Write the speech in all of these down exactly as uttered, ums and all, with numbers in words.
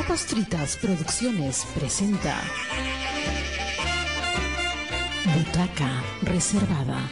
Papas Fritas Producciones presenta Butaca Reservada.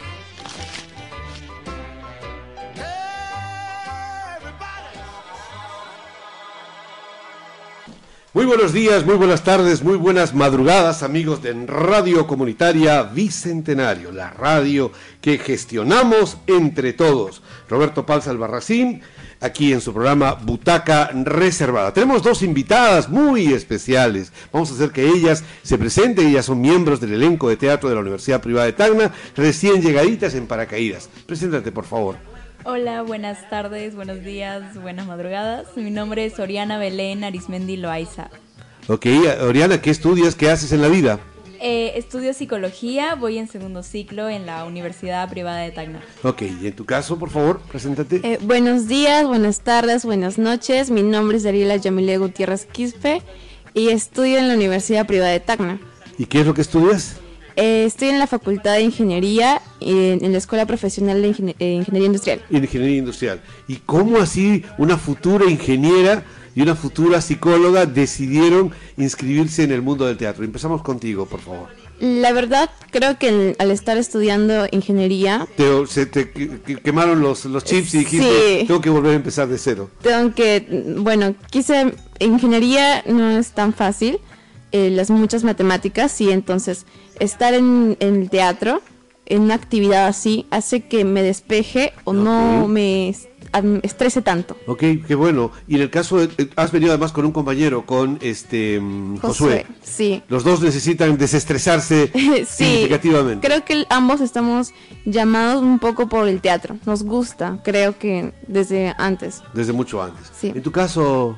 Muy buenos días, muy buenas tardes, muy buenas madrugadas, amigos de Radio Comunitaria Bicentenario, la radio que gestionamos entre todos. Roberto Palza Albarracín, aquí en su programa Butaca Reservada. Tenemos dos invitadas muy especiales. Vamos a hacer que ellas se presenten. Ellas son miembros del elenco de teatro de la Universidad Privada de Tacna, recién llegaditas en paracaídas. Preséntate, por favor. Hola, buenas tardes, buenos días, buenas madrugadas. Mi nombre es Oriana Belén Arismendi Loaiza. Ok, Oriana, ¿qué estudias? ¿Qué haces en la vida? Eh, estudio psicología, voy en segundo ciclo en la Universidad Privada de Tacna. Ok, y en tu caso, por favor, preséntate. Eh, buenos días, buenas tardes, buenas noches. Mi nombre es Dariela Yamile Gutiérrez Quispe y estudio en la Universidad Privada de Tacna. ¿Y qué es lo que estudias? Eh, estoy en la Facultad de Ingeniería en, en la Escuela Profesional de Ingenier- eh, Ingeniería Industrial. Ingeniería Industrial. ¿Y cómo así una futura ingeniera y una futura psicóloga decidieron inscribirse en el mundo del teatro? Empezamos contigo, por favor. La verdad, creo que el- al estar estudiando ingeniería, Te, se te que- que- quemaron los, los chips y dijiste, Sí. tengo que volver a empezar de cero. tengo que, bueno, quise, ingeniería no es tan fácil, eh, las muchas matemáticas, y entonces estar en, en el teatro, en una actividad así, hace que me despeje o no Ok. me es- am- estrese tanto. Ok, qué bueno. Y en el caso, de, eh, has venido además con un compañero, con este mm, Josué. Sí. Los dos necesitan desestresarse Sí, significativamente. creo que ambos estamos llamados un poco por el teatro. Nos gusta, creo que desde antes. Desde mucho antes. Sí. En tu caso,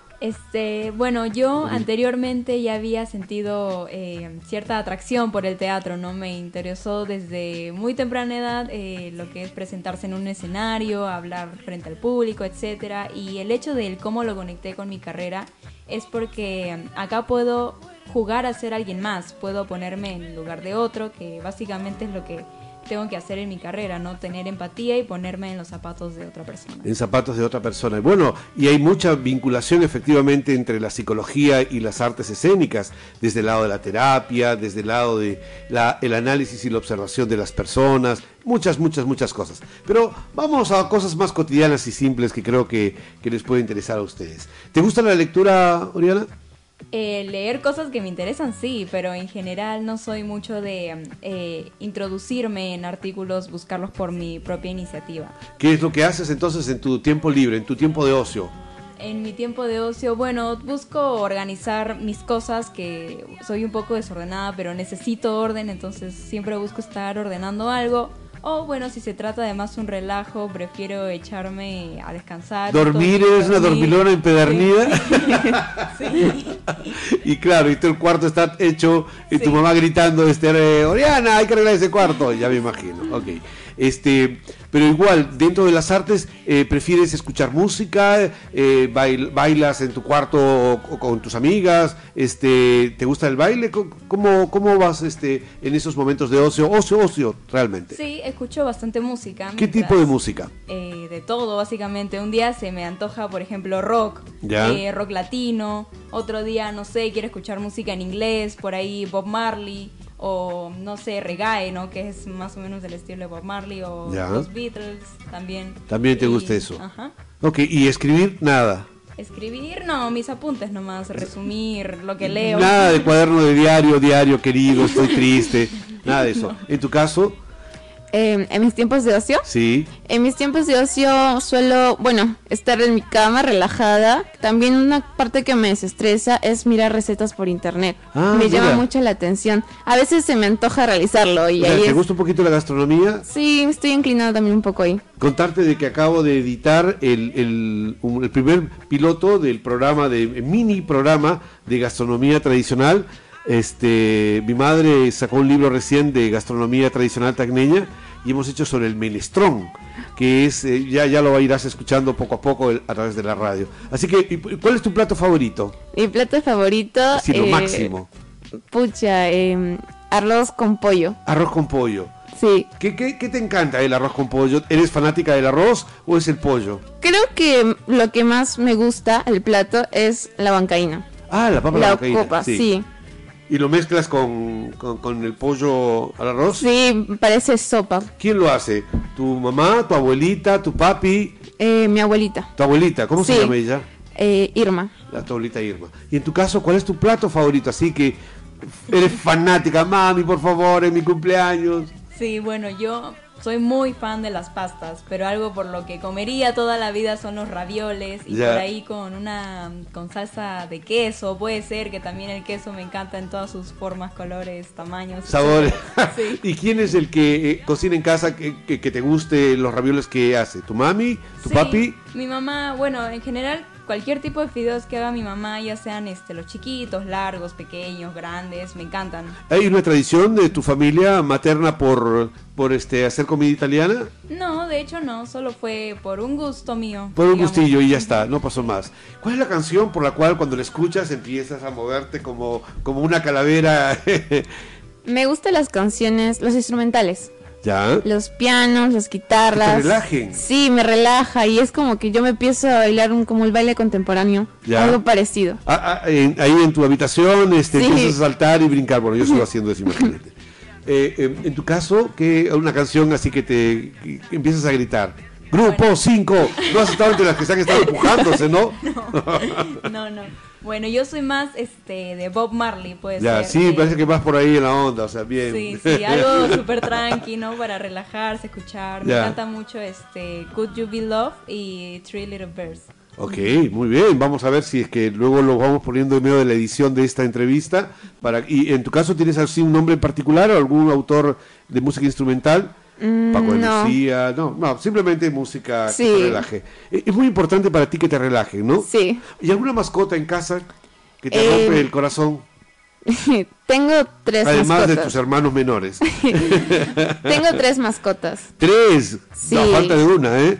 Este, bueno, yo anteriormente ya había sentido eh, cierta atracción por el teatro, ¿no? Me interesó desde muy temprana edad eh, lo que es presentarse en un escenario, hablar frente al público, etcétera. Y el hecho de cómo lo conecté con mi carrera es porque acá puedo jugar a ser alguien más, puedo ponerme en lugar de otro, que básicamente es lo que tengo que hacer en mi carrera, ¿no? Tener empatía y ponerme en los zapatos de otra persona. en zapatos de otra persona. Bueno, y hay mucha vinculación efectivamente entre la psicología y las artes escénicas, desde el lado de la terapia, desde el lado de la, el análisis y la observación de las personas, muchas, muchas, muchas cosas. Pero vamos a cosas más cotidianas y simples que creo que, que les puede interesar a ustedes. ¿Te gusta la lectura, Oriana? Eh, leer cosas que me interesan, sí, pero en general no soy mucho de eh, introducirme en artículos, buscarlos por mi propia iniciativa. ¿Qué es lo que haces entonces en tu tiempo libre, en tu tiempo de ocio? En mi tiempo de ocio, bueno, busco organizar mis cosas, que soy un poco desordenada, pero necesito orden, entonces siempre busco estar ordenando algo. O bueno, si se trata de más un relajo, prefiero echarme a descansar. ¿Dormir? Todo- ¿Eres una dormilona empedernida? Sí. Y claro, y todo el cuarto está hecho, y tu Sí. mamá gritando, este, eh, Oriana, hay que arreglar ese cuarto, ya me imagino, ok. Este, pero igual, dentro de las artes, eh, ¿prefieres escuchar música? Eh, bail- ¿Bailas en tu cuarto o, o con tus amigas? Este, ¿te gusta el baile? ¿Cómo, cómo vas este, en esos momentos de ocio? Ocio, ocio, realmente. Sí, escucho bastante música. ¿Qué mientras- tipo de música? Eh, de todo, básicamente. Un día se me antoja, por ejemplo, rock, Ya. eh, rock latino. Otro día, no sé, quiero escuchar música en inglés, por ahí Bob Marley. O, no sé, reggae, ¿no? Que es más o menos del estilo de Bob Marley. O Ya. los Beatles también. También te Y- gusta eso. Ajá. Ok, ¿y escribir? Nada. Escribir, no, mis apuntes nomás, resumir lo que leo. Nada de cuaderno de diario, diario querido, estoy triste, nada de eso. ¿En tu caso? Eh, en mis tiempos de ocio, Sí. en mis tiempos de ocio suelo, bueno, estar en mi cama relajada. También una parte que me desestresa es mirar recetas por internet. Ah, me mira. llama mucho la atención. A veces se me antoja realizarlo y O sea, ahí ¿te es- gusta un poquito la gastronomía? Sí, estoy inclinada también un poco ahí. Contarte de que acabo de editar el, el, un- el primer piloto del programa, de el mini programa de gastronomía tradicional. Este, mi madre sacó un libro recién de gastronomía tradicional tacneña y hemos hecho sobre el menestrón, que es, eh, ya, ya lo irás escuchando poco a poco el- a través de la radio. Así que, ¿y ¿cuál es tu plato favorito? Mi plato favorito, Así, lo eh, máximo. pucha, eh, arroz con pollo. Arroz con pollo. Sí, ¿Qué, qué, qué te encanta el arroz con pollo? ¿Eres fanática del arroz o es el pollo? creo que lo que más me gusta el plato es la huancaína. Ah, la papa a la La huancaína, ocopa, sí. ¿Y lo mezclas con, con, con el pollo al arroz? Sí, parece sopa. ¿Quién lo hace? ¿Tu mamá, tu abuelita, tu papi? Eh, mi abuelita, ¿Tu abuelita? ¿Cómo Sí. se llama ella? eh, Irma. La tu abuelita Irma. Y en tu caso, ¿cuál es tu plato favorito? Así que eres fanática, mami, por favor, en mi cumpleaños. Sí, bueno, yo soy muy fan de las pastas, pero algo por lo que comería toda la vida son los ravioles y Ya. por ahí con una con salsa de queso, puede ser que también el queso me encanta en todas sus formas, colores, tamaños, Sabores. etcétera. Sí. ¿Y quién es el que eh, cocina en casa que, que, que te guste los ravioles que hace? ¿Tu mami? ¿Tu Sí, papi? Mi mamá, bueno, en general cualquier tipo de fideos que haga mi mamá, ya sean este los chiquitos, largos, pequeños, grandes, me encantan. ¿Hay una tradición de tu familia materna por, por este hacer comida italiana? No, de hecho no, solo fue por un gusto mío. Por un digamos. gustillo y ya está, no pasó más. ¿Cuál es la canción por la cual cuando la escuchas empiezas a moverte como, como una calavera? Me gustan las canciones, los instrumentales. ¿Ya? Los pianos, las guitarras. Que te relajen. Sí, me relaja y es como que yo me empiezo a bailar un, como el baile contemporáneo. Ya. Algo parecido. Ah, ah, en- ahí en tu habitación este, Sí. empiezas a saltar y brincar. Bueno, yo sigo haciendo eso, imagínate. Eh, eh, en tu caso, ¿qué una canción así que te que empiezas a gritar? Grupo cinco. No has estado entre las que se han estado empujándose, ¿no? No, no. Bueno, yo soy más este de Bob Marley, puede Ya, ser. sí, eh, parece que vas por ahí en la onda, o sea, bien. Sí, sí, algo súper tranqui, ¿no? Para relajarse, escuchar. Me Ya. encanta mucho este Could You Be Love y Three Little Birds. Ok, muy bien. Vamos a ver si es que luego lo vamos poniendo en medio de la edición de esta entrevista. Para, y en tu caso, ¿tienes así un nombre en particular o algún autor de música instrumental? Mm, Paco de no. Lucía, no, no, simplemente música Sí. que te relaje. Eh, Es muy importante para ti que te relaje, ¿no? Sí. ¿Y alguna mascota en casa que te Eh, rompe el corazón? Tengo tres Además de mascotas. tus hermanos menores. Tengo tres mascotas. Tres, Sí. a falta de una, ¿eh?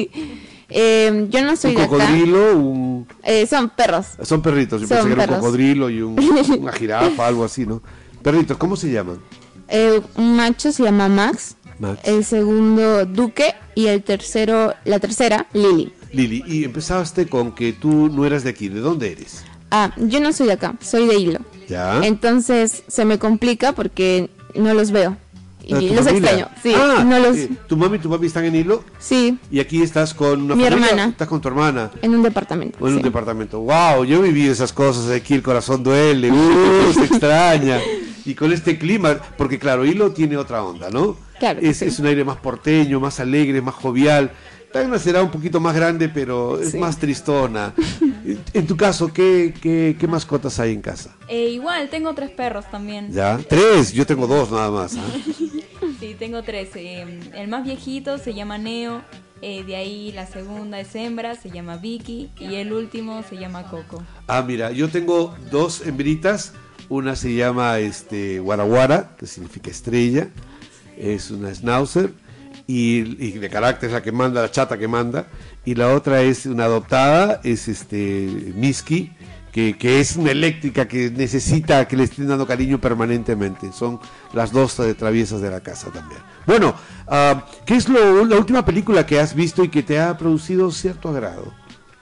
Eh, yo no soy Un de acá. cocodrilo, un... Eh, son perros. Son perritos, yo Son pensé que era un perros. cocodrilo y un- una jirafa, algo así, ¿no? Perritos, ¿cómo se llaman? Eh, un macho se llama Max. Max. El segundo Duque y el tercero, la tercera Lily. Lili, y empezaste con que tú no eras de aquí, ¿de dónde eres? Ah, yo no soy de acá, soy de Hilo. ¿Ya? Entonces se me complica porque no los veo. Y ¿A tu los familia? extraño. Sí, Ah, no los. eh, ¿tu mami y tu papi están en Hilo? Sí, Y aquí estás con una Mi familia? hermana. Estás con tu hermana. en un departamento. O en un sí. departamento. Wow, yo viví esas cosas aquí, el corazón duele, uh, se extraña. Y con este clima, porque claro, Hilo tiene otra onda, ¿no? Claro que Es, sí. es un aire más porteño, más alegre, más jovial. Tacna será un poquito más grande, pero es Sí. más tristona. En tu caso, ¿qué, qué, qué mascotas hay en casa? Eh, igual, tengo tres perros también. ¿Ya? Tres, yo tengo dos nada más. ¿ah? Sí, tengo tres. Eh, el más viejito se llama Neo, eh, de ahí la segunda es hembra, se llama Vicky, y el último se llama Coco. Ah, mira, yo tengo dos hembritas. Una se llama este Guaraguara, que significa estrella. Es una schnauzer. Y, y de carácter es la que manda, la chata que manda. Y la otra es una adoptada, es este Miski, que, que es una eléctrica que necesita que le estén dando cariño permanentemente. Son las dos eh, traviesas de la casa también. Bueno, ah, ¿qué es lo, la última película que has visto y que te ha producido cierto agrado?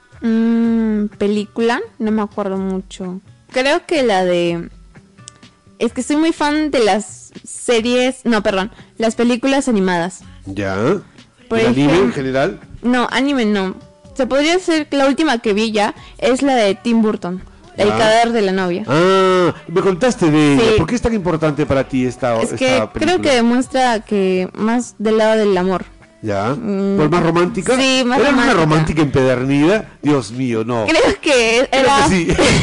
Mm, película, no me acuerdo mucho. Creo que la de. Es que soy muy fan de las series. No, perdón, las películas animadas. ¿Ya? Por ¿El anime en ejemplo- general? No, anime no. Se podría decir que la última que vi ya es la de Tim Burton, El Ya. cadáver de la novia. Ah, me contaste de ella. Sí. ¿Por qué es tan importante para ti esta, es esta que película? creo que demuestra que más del lado del amor. ¿Ya? Mm, ¿Por más romántica? sí, más ¿Era una romántica. romántica empedernida? Dios mío, no. Creo que Creo era, que sí.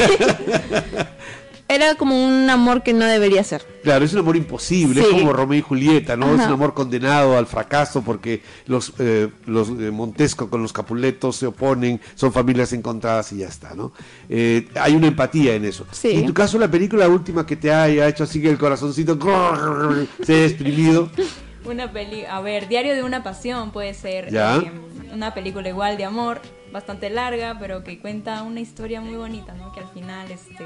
era como un amor que no debería ser. Claro, es un amor imposible, es Sí. como Romeo y Julieta, ¿no? Es Ajá. un amor condenado al fracaso porque los, eh, los eh, Montesco con los Capuletos se oponen, son familias encontradas y ya está, ¿no? Eh, hay una empatía en eso. Sí. Y en tu caso, la película última que te haya hecho así que el corazoncito se ha exprimido. Una peli, a ver, Diario de una pasión puede ser Ya. eh, una película igual de amor, bastante larga, pero que cuenta una historia muy bonita, ¿no? Que al final este,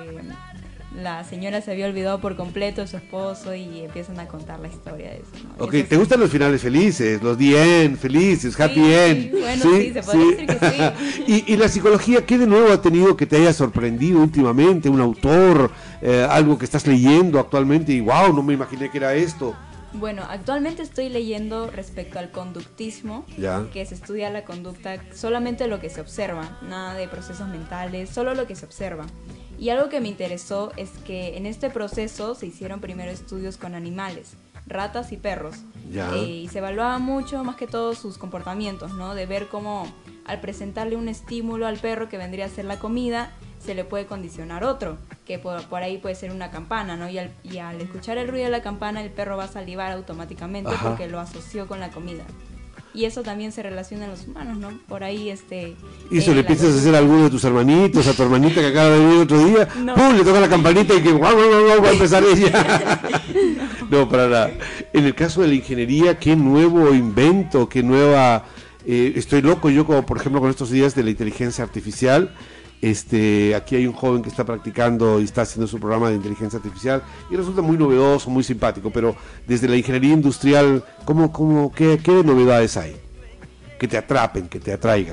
la señora se había olvidado por completo de su esposo y empiezan a contar la historia de eso, ¿no? Ok, Eso ¿te sí. gustan los finales felices? Los the end, felices, happy Sí, end. sí, bueno, sí, se podría decir que sí. y, y la psicología, ¿qué de nuevo ha tenido que te haya sorprendido últimamente? ¿Un autor, eh, algo que estás leyendo actualmente y wow, no me imaginé que era esto? Bueno, actualmente estoy leyendo respecto al conductismo, Ya. que se estudia la conducta solamente lo que se observa, nada de procesos mentales, solo lo que se observa. Y algo que me interesó es que en este proceso se hicieron primero estudios con animales, ratas y perros, Ya. eh, y se evaluaba mucho más que todo sus comportamientos, ¿no? De ver cómo al presentarle un estímulo al perro que vendría a ser la comida, se le puede condicionar otro, que por, por ahí puede ser una campana, ¿no? Y al, y al escuchar el ruido de la campana, el perro va a salivar automáticamente. Ajá. Porque lo asoció con la comida. Y eso también se relaciona en los humanos, ¿no? Por ahí, este... ¿Y eso eh, le piensas hacer a alguno de tus hermanitos, a tu hermanita que acaba de venir otro día? No. ¡Pum! Le toca la campanita y que guau, guau, guau, va a empezar ella. No, para nada. En el caso de la ingeniería, ¿qué nuevo invento, qué nueva... Eh, estoy loco yo, como por ejemplo con estos días de la inteligencia artificial. Este, aquí hay un joven que está practicando y está haciendo su programa de inteligencia artificial y resulta muy novedoso, muy simpático, pero desde la ingeniería industrial, ¿cómo, cómo, qué, qué novedades hay? Que te atrapen, que te atraigan.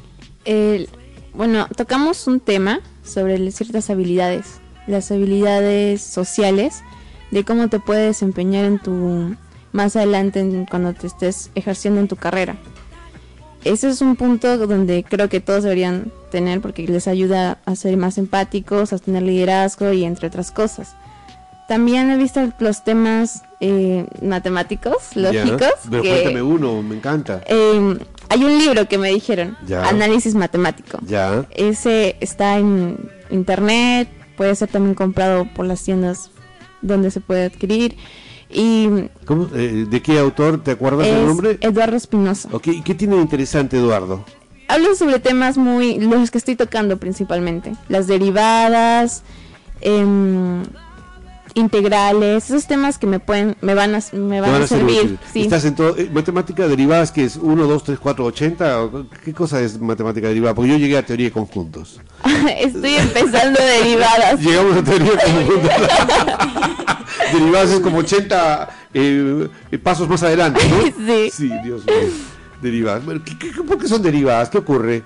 Eh, bueno, tocamos un tema sobre ciertas habilidades, las habilidades sociales, de cómo te puedes desempeñar en tu, más adelante en, cuando te estés ejerciendo en tu carrera. Ese es un punto donde creo que todos deberían tener porque les ayuda a ser más empáticos, a tener liderazgo y entre otras cosas. También he visto los temas eh, matemáticos, lógicos. Ya, pero que, cuéntame uno, me encanta. Eh, hay un libro que me dijeron, ya. Análisis Matemático. Ya. Ese está en internet, puede ser también comprado por las tiendas donde se puede adquirir. Y ¿Cómo? Eh, ¿De qué autor te acuerdas del nombre? Eduardo Espinosa. Ok, ¿y qué tiene de interesante Eduardo? Hablo sobre temas muy, los que estoy tocando principalmente, las derivadas, eh, integrales, esos temas que me pueden, me van a, me van, van a, a servir. Sí. ¿Estás en todo? Eh, ¿Matemática derivadas que es uno, dos, tres, cuatro, ochenta? ¿Qué cosa es matemática derivada? Porque yo llegué a teoría de conjuntos. Estoy empezando derivadas. Llegamos a teoría de conjuntos. Derivadas es como ochenta eh, pasos más adelante, ¿no? Sí. Sí, Dios mío. Derivadas. Bueno, ¿qué, qué, ¿Por qué son derivadas? ¿Qué ocurre?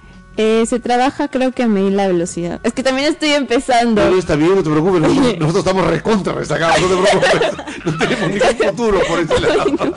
Eh, se trabaja, creo que a medir la velocidad. Es que también estoy empezando. No, no está bien, no te preocupes. Nosotros, nosotros estamos recontra rezagados, no te preocupes. No tenemos ningún futuro por ese lado. No.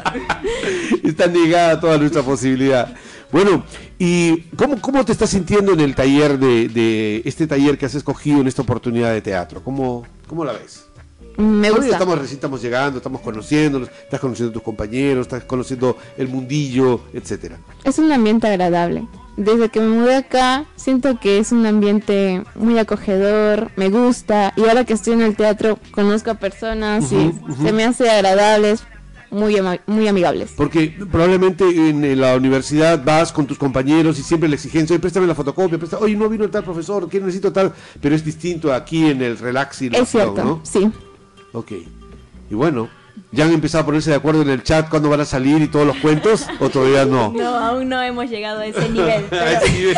Está negada toda nuestra posibilidad. Bueno, ¿y cómo, cómo te estás sintiendo en el taller de, de este taller que has escogido en esta oportunidad de teatro? ¿Cómo, cómo la ves? Me gusta. Estamos, recién estamos llegando, estamos conociéndonos, estás conociendo a tus compañeros, estás conociendo el mundillo, etcétera. Es un ambiente agradable. Desde que me mudé acá, siento que es un ambiente muy acogedor, me gusta, y ahora que estoy en el teatro, conozco a personas uh-huh, y uh-huh. se me hace agradables, muy, ama- muy amigables. Porque probablemente en la universidad vas con tus compañeros y siempre la exigencia, oye, préstame la fotocopia, préstame, oye, no vino el tal profesor, ¿qué necesito tal? Pero es distinto aquí en el relax y es cierto, ¿no? Sí. Ok, y bueno, ¿ya han empezado a ponerse de acuerdo en el chat cuándo van a salir y todos los cuentos? ¿O todavía no? No, aún no hemos llegado a ese nivel. Pero... a ese nivel.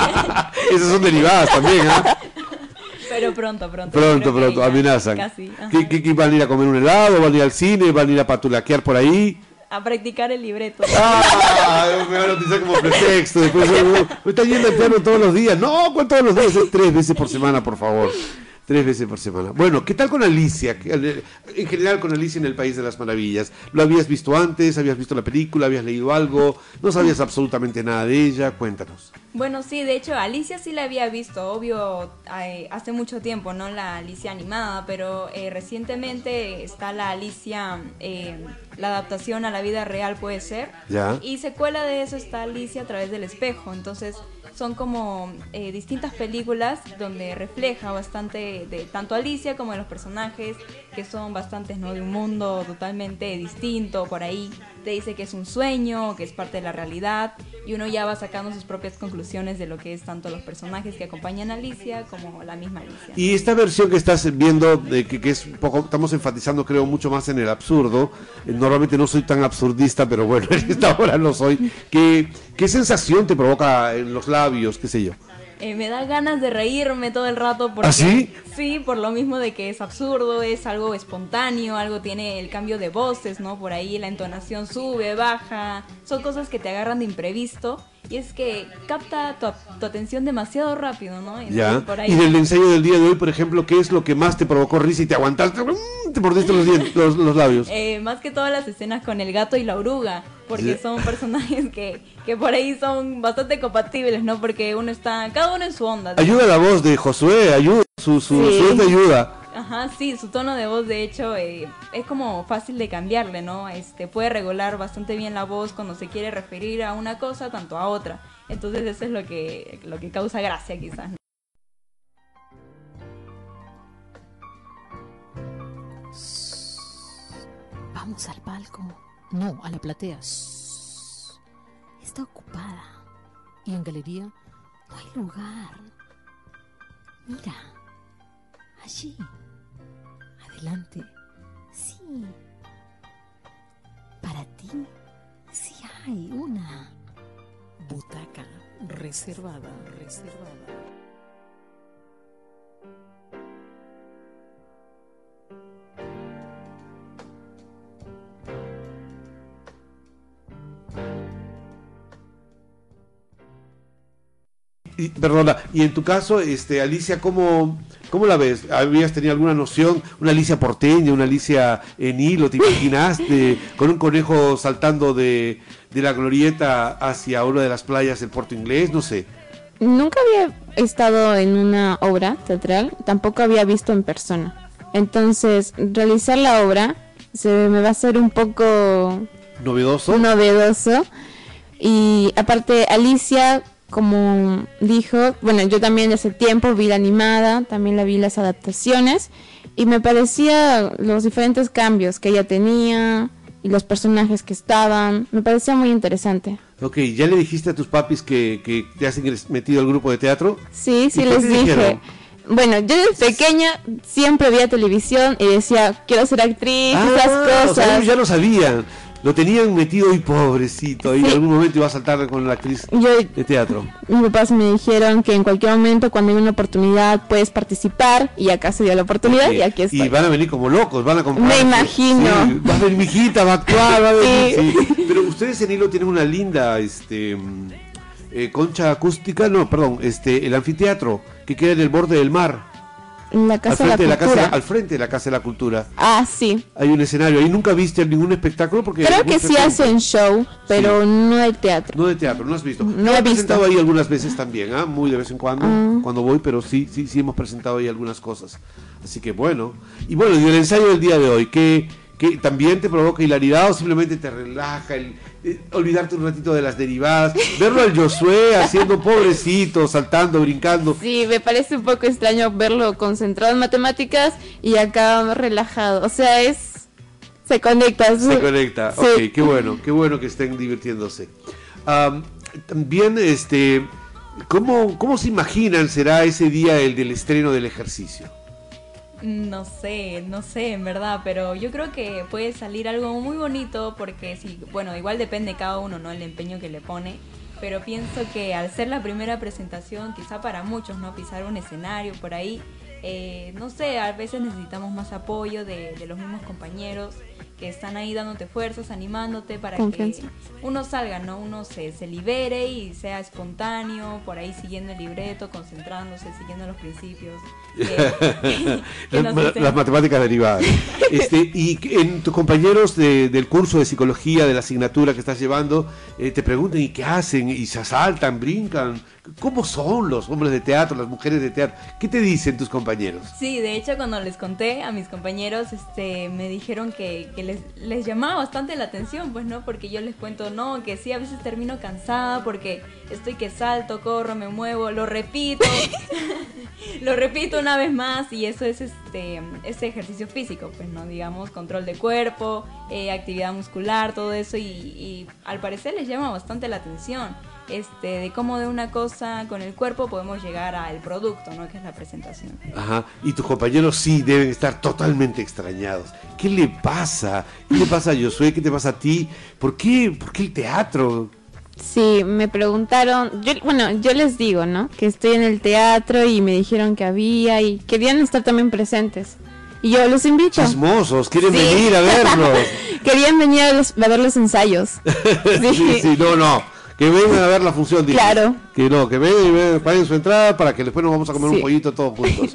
Esas son derivadas también, ¿ah? ¿eh? Pero pronto, pronto. Pronto, pronto, ya, amenazan. Casi, ¿Qué, qué, qué, ¿Van a ir a comer un helado? ¿Van a ir al cine? ¿Van a ir a patulaquear por ahí? A practicar el libreto. Ah, me van a utilizar como pretexto. Después me está yendo al piano todos los días. No, ¿cuántos todos los días? Es tres veces por semana, por favor. Tres veces por semana. Bueno, ¿qué tal con Alicia? En general con Alicia en el País de las Maravillas. ¿Lo habías visto antes? ¿Habías visto la película? ¿Habías leído algo? ¿No sabías absolutamente nada de ella? Cuéntanos. Bueno, sí, de hecho, Alicia sí la había visto, obvio, eh, hace mucho tiempo, ¿no? La Alicia animada, pero eh, recientemente está la Alicia, eh, la adaptación a la vida real puede ser. Ya. Y secuela de eso está Alicia a través del espejo, entonces... Son como eh, distintas películas donde refleja bastante de tanto Alicia como de los personajes que son bastantes, ¿no? De un mundo totalmente distinto por ahí. te dice que es un sueño, que es parte de la realidad, y uno ya va sacando sus propias conclusiones de lo que es tanto los personajes que acompañan a Alicia como la misma Alicia. Y esta versión que estás viendo, de que, que es un poco, estamos enfatizando creo mucho más en el absurdo, eh, normalmente no soy tan absurdista, pero bueno, en esta hora lo soy. ¿Qué, qué sensación te provoca en los labios, qué sé yo? Eh, me da ganas de reírme todo el rato porque, ¿Ah, sí? Sí, por lo mismo de que es absurdo, es algo espontáneo, algo tiene el cambio de voces, ¿no? Por ahí la entonación sube, baja, son cosas que te agarran de imprevisto y es que capta tu, tu atención demasiado rápido, ¿no? Entonces, Ya. por ahí... Y del ensayo del día de hoy, por ejemplo, ¿qué es lo que más te provocó risa y te aguantaste? Te mordiste los, dientes, los, los labios. Eh, más que todas las escenas con el gato y la oruga, porque Sí. son personajes que, que por ahí son bastante compatibles, ¿no? Porque uno está, cada uno en su onda. Ayuda la voz de Josué, ayuda, su, su, Sí. su voz te ayuda. Ajá, sí, su tono de voz de hecho eh, es como fácil de cambiarle, ¿no? Este puede regular bastante bien la voz cuando se quiere referir a una cosa tanto a otra. Entonces eso es lo que lo que causa gracia quizás, ¿no? Vamos al palco. No, a la platea. Shh. Está ocupada. Y en galería no hay lugar. Mira. Allí. Adelante. Sí. Para ti, sí hay una. Butaca reservada, reservada. Y, perdona, y en tu caso, este, Alicia, ¿cómo, ¿cómo la ves? ¿Habías tenido alguna noción? ¿Una Alicia porteña, una Alicia en hilo? ¿Te imaginaste con un conejo saltando de, de la glorieta hacia una de las playas del Puerto Inglés? No sé. Nunca había estado en una obra teatral, tampoco había visto en persona. Entonces, realizar la obra se me va a hacer un poco ¿Novedoso? novedoso. Y aparte, Alicia, como dijo, bueno, yo también hace tiempo vi la animada, también la vi las adaptaciones, y me parecía los diferentes cambios que ella tenía y los personajes que estaban, me parecía muy interesante. Ok, ¿ya le dijiste a tus papis que, que te has ingres- metido al grupo de teatro? Sí, sí ¿Y qué les te dije. dijeron? Bueno, yo desde pequeña siempre veía televisión y decía, quiero ser actriz, Ah, esas o sea, cosas. ellos ya lo sabían. Lo tenían metido y pobrecito. Y en Sí. algún momento iba a saltar con la actriz Yo, de teatro. mis papás me dijeron que en cualquier momento, cuando hay una oportunidad, puedes participar, y acá se dio la oportunidad Ok, y aquí estoy. Y van a venir como locos, van a comprar. Me imagino. Sí, va a venir mi hijita, va a actuar, va a venir. Sí. Sí. Pero ustedes en Hilo tienen una linda este, mm, eh, concha acústica, no, perdón, este, el anfiteatro que queda en el borde del mar. En la Al Casa de la frente de la Cultura. casa, al frente de la Casa de la Cultura. Ah, sí. Hay un escenario. Ahí nunca viste ningún espectáculo porque Creo es muy que sí frecuente. hacen show, pero no de teatro. No de teatro, no has visto. No Yo he he presentado visto. ahí algunas veces también, ¿ah? Muy de vez en cuando, Ah. cuando voy, pero sí, sí, sí hemos presentado ahí algunas cosas. Así que bueno. Y bueno, y el ensayo del día de hoy, ¿qué, qué también te provoca hilaridad o simplemente te relaja el eh, olvidarte un ratito de las derivadas? Verlo al Josué haciendo pobrecito, saltando, brincando. Sí, me parece un poco extraño verlo concentrado en matemáticas y acá relajado. O sea, es... se conecta. Se conecta, Sí. ok, qué bueno, qué bueno que estén divirtiéndose. Am, también, este, ¿cómo, ¿cómo se imaginan será ese día el del estreno del ejercicio? No sé, no sé en verdad, pero yo creo que puede salir algo muy bonito porque sí, bueno, igual depende cada uno, ¿no? El empeño que le pone, pero pienso que al ser la primera presentación, quizá para muchos, ¿no? Pisar un escenario por ahí, eh, no sé, a veces necesitamos más apoyo de, de los mismos compañeros que están ahí dándote fuerzas, animándote para Confianza. que uno salga, ¿no? Uno se, se libere y sea espontáneo, por ahí siguiendo el libreto, concentrándose, siguiendo los principios. que- que nos las, dicen. las matemáticas derivadas. Este, y en tus compañeros de- del curso de psicología, de la asignatura que estás llevando, eh, te preguntan y qué hacen, y se asaltan, brincan. ¿Cómo son los hombres de teatro, las mujeres de teatro? ¿Qué te dicen tus compañeros? Sí, de hecho cuando les conté a mis compañeros, este, me dijeron que, que les les, les llamaba bastante la atención, pues, ¿no? Porque yo les cuento, no, que sí, a veces termino cansada porque estoy que salto, corro, me muevo, lo repito, lo repito una vez más y eso es este, este ejercicio físico, pues, ¿no? Digamos, control de cuerpo, eh, actividad muscular, todo eso y, y al parecer les llama bastante la atención. Este, de cómo de una cosa con el cuerpo podemos llegar al producto, ¿no? Que es la presentación. Ajá, y tus compañeros sí deben estar totalmente extrañados. ¿Qué le pasa? ¿Qué le pasa a Josué? ¿Qué te pasa a ti? ¿Por qué, por qué el teatro? Sí, me preguntaron, yo, bueno, yo les digo, ¿no? Que estoy en el teatro y me dijeron que había y querían estar también presentes. Y yo los invito. Chismosos, quieren Sí. venir a verlos. Querían venir a, los, a ver los ensayos. Sí, sí, sí, no, no. Que vengan a ver la función. Dije. Claro. Que no, que vengan y vengan, paguen su entrada para que después nos vamos a comer Sí. un pollito todos juntos.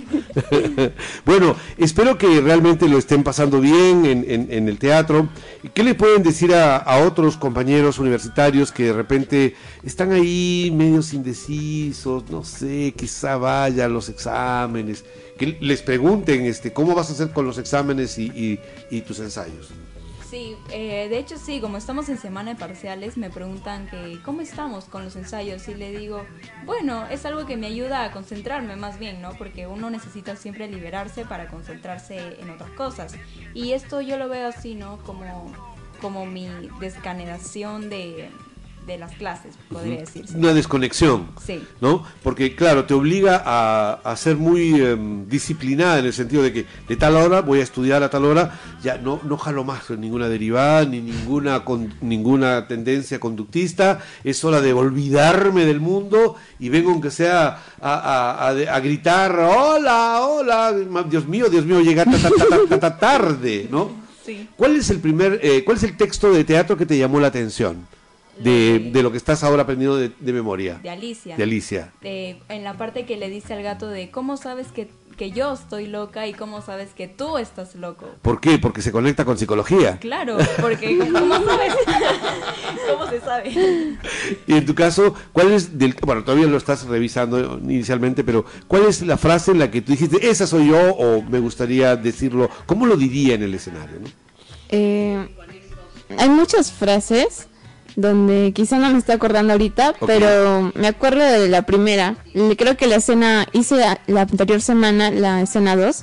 Bueno, espero que realmente lo estén pasando bien en, en, en el teatro. ¿Qué le pueden decir a, a otros compañeros universitarios que de repente están ahí medios indecisos? No sé, quizá vaya a los exámenes. Que les pregunten este, cómo vas a hacer con los exámenes y, y, y tus ensayos. Sí, eh, de hecho sí, como estamos en semana de parciales, me preguntan que cómo estamos con los ensayos y le digo, bueno, es algo que me ayuda a concentrarme más bien, ¿no? Porque uno necesita siempre liberarse para concentrarse en otras cosas. Y esto yo lo veo así, ¿no? Como, como mi descanedación de, de las clases, podría decirse. Una desconexión, Sí. ¿no? Porque claro, te obliga a, a ser muy eh, disciplinada en el sentido de que de tal hora voy a estudiar a tal hora, ya no, no jalo más ninguna derivada, ni ninguna, con, ninguna tendencia conductista, es hora de olvidarme del mundo y vengo aunque sea a, a, a, a gritar, hola, hola, Dios mío, Dios mío, llega ta, ta, ta, ta, ta, ta, tarde, ¿no? Sí. ¿Cuál es el primer, eh, cuál es el texto de teatro que te llamó la atención? De, de lo que estás ahora aprendiendo de, de memoria. De Alicia. De Alicia. Eh, en la parte que le dice al gato de cómo sabes que, que yo estoy loca y cómo sabes que tú estás loco. ¿Por qué? Porque se conecta con psicología. Claro, porque ¿cómo, cómo sabes? ¿Cómo se sabe? Y en tu caso, ¿cuál es del, bueno, todavía lo estás revisando inicialmente, pero ¿cuál es la frase en la que tú dijiste, esa soy yo, o me gustaría decirlo, cómo lo diría en el escenario, ¿no? Eh, hay muchas frases donde quizá no me estoy acordando ahorita, Okay. pero me acuerdo de la primera. Le- Creo que la escena, hice la, la anterior semana, la escena dos,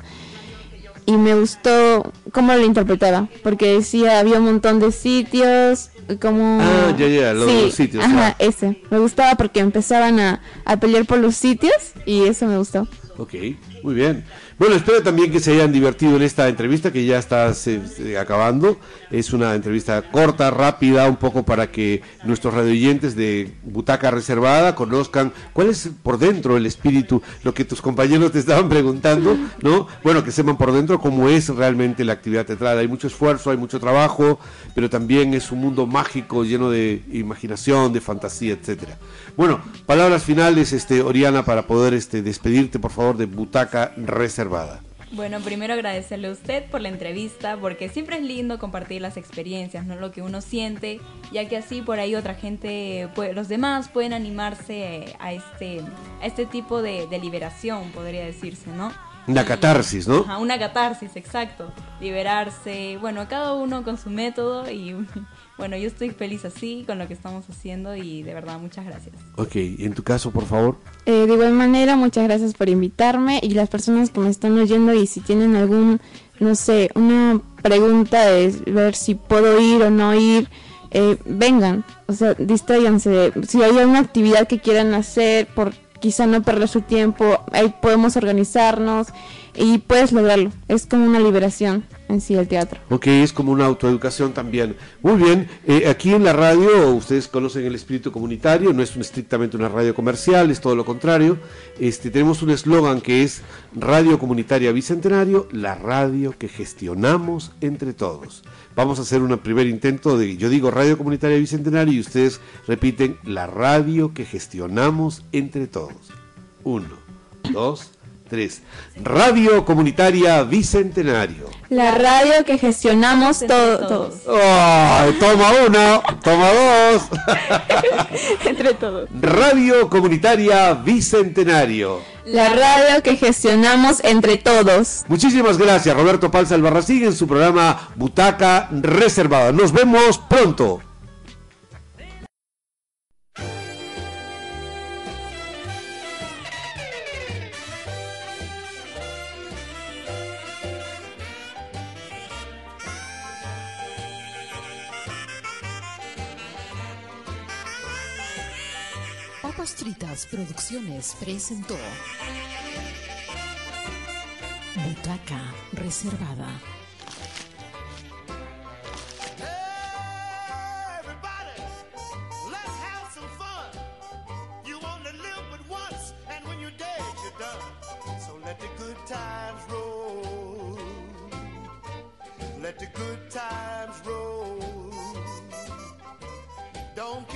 y me gustó cómo lo interpretaba, porque decía, había un montón de sitios, como... Ah, ya, ya, lo de los sitios, Ajá, ya. ese. Me gustaba porque empezaban a, a pelear por los sitios, y eso me gustó. Ok, muy bien. Bueno, espero también que se hayan divertido en esta entrevista que ya está se- se acabando. Es una entrevista corta, rápida, un poco para que nuestros radioyentes de Butaca Reservada conozcan cuál es por dentro el espíritu, lo que tus compañeros te estaban preguntando, ¿no? Bueno, que sepan por dentro cómo es realmente la actividad teatral. Hay mucho esfuerzo, hay mucho trabajo, pero también es un mundo mágico, lleno de imaginación, de fantasía, etcétera. Bueno, palabras finales, este, Oriana, para poder este, despedirte, por favor, de Butaca Reservada. Bueno, primero agradecerle a usted por la entrevista, porque siempre es lindo compartir las experiencias, no lo que uno siente, ya que así por ahí otra gente, pues, los demás pueden animarse a este, a este tipo de, de liberación, podría decirse, ¿no? Una Y- catarsis, ¿no? Ajá, una catarsis, exacto. Liberarse, bueno, cada uno con su método y bueno, yo estoy feliz así con lo que estamos haciendo y de verdad muchas gracias. Ok, y en tu caso, por favor. Eh, de igual manera, muchas gracias por invitarme y las personas que me están oyendo y si tienen algún, no sé, una pregunta de ver si puedo ir o no ir, eh, vengan, o sea, distráiganse. Si hay alguna actividad que quieran hacer, por quizá no perder su tiempo, ahí podemos organizarnos y puedes lograrlo. Es como una liberación en sí el teatro. Ok, es como una autoeducación también. Muy bien, eh, aquí en la radio ustedes conocen el espíritu comunitario, no es un, estrictamente una radio comercial, es todo lo contrario. Este, tenemos un eslogan que es Radio Comunitaria Bicentenario, la radio que gestionamos entre todos. Vamos a hacer un primer intento de, yo digo Radio Comunitaria Bicentenario y ustedes repiten la radio que gestionamos entre todos. Uno, dos, tres. tres. Radio Comunitaria Bicentenario. La radio que gestionamos to- todos. ¡Ay, toma uno! ¡Toma dos! Entre todos. Radio Comunitaria Bicentenario. La radio que gestionamos entre todos. Muchísimas gracias, Roberto Palza Albarracín, en su programa Butaca Reservada. Nos vemos pronto. Papas Fritas Producciones presentó Butaca Reservada. Let the good times roll. Don't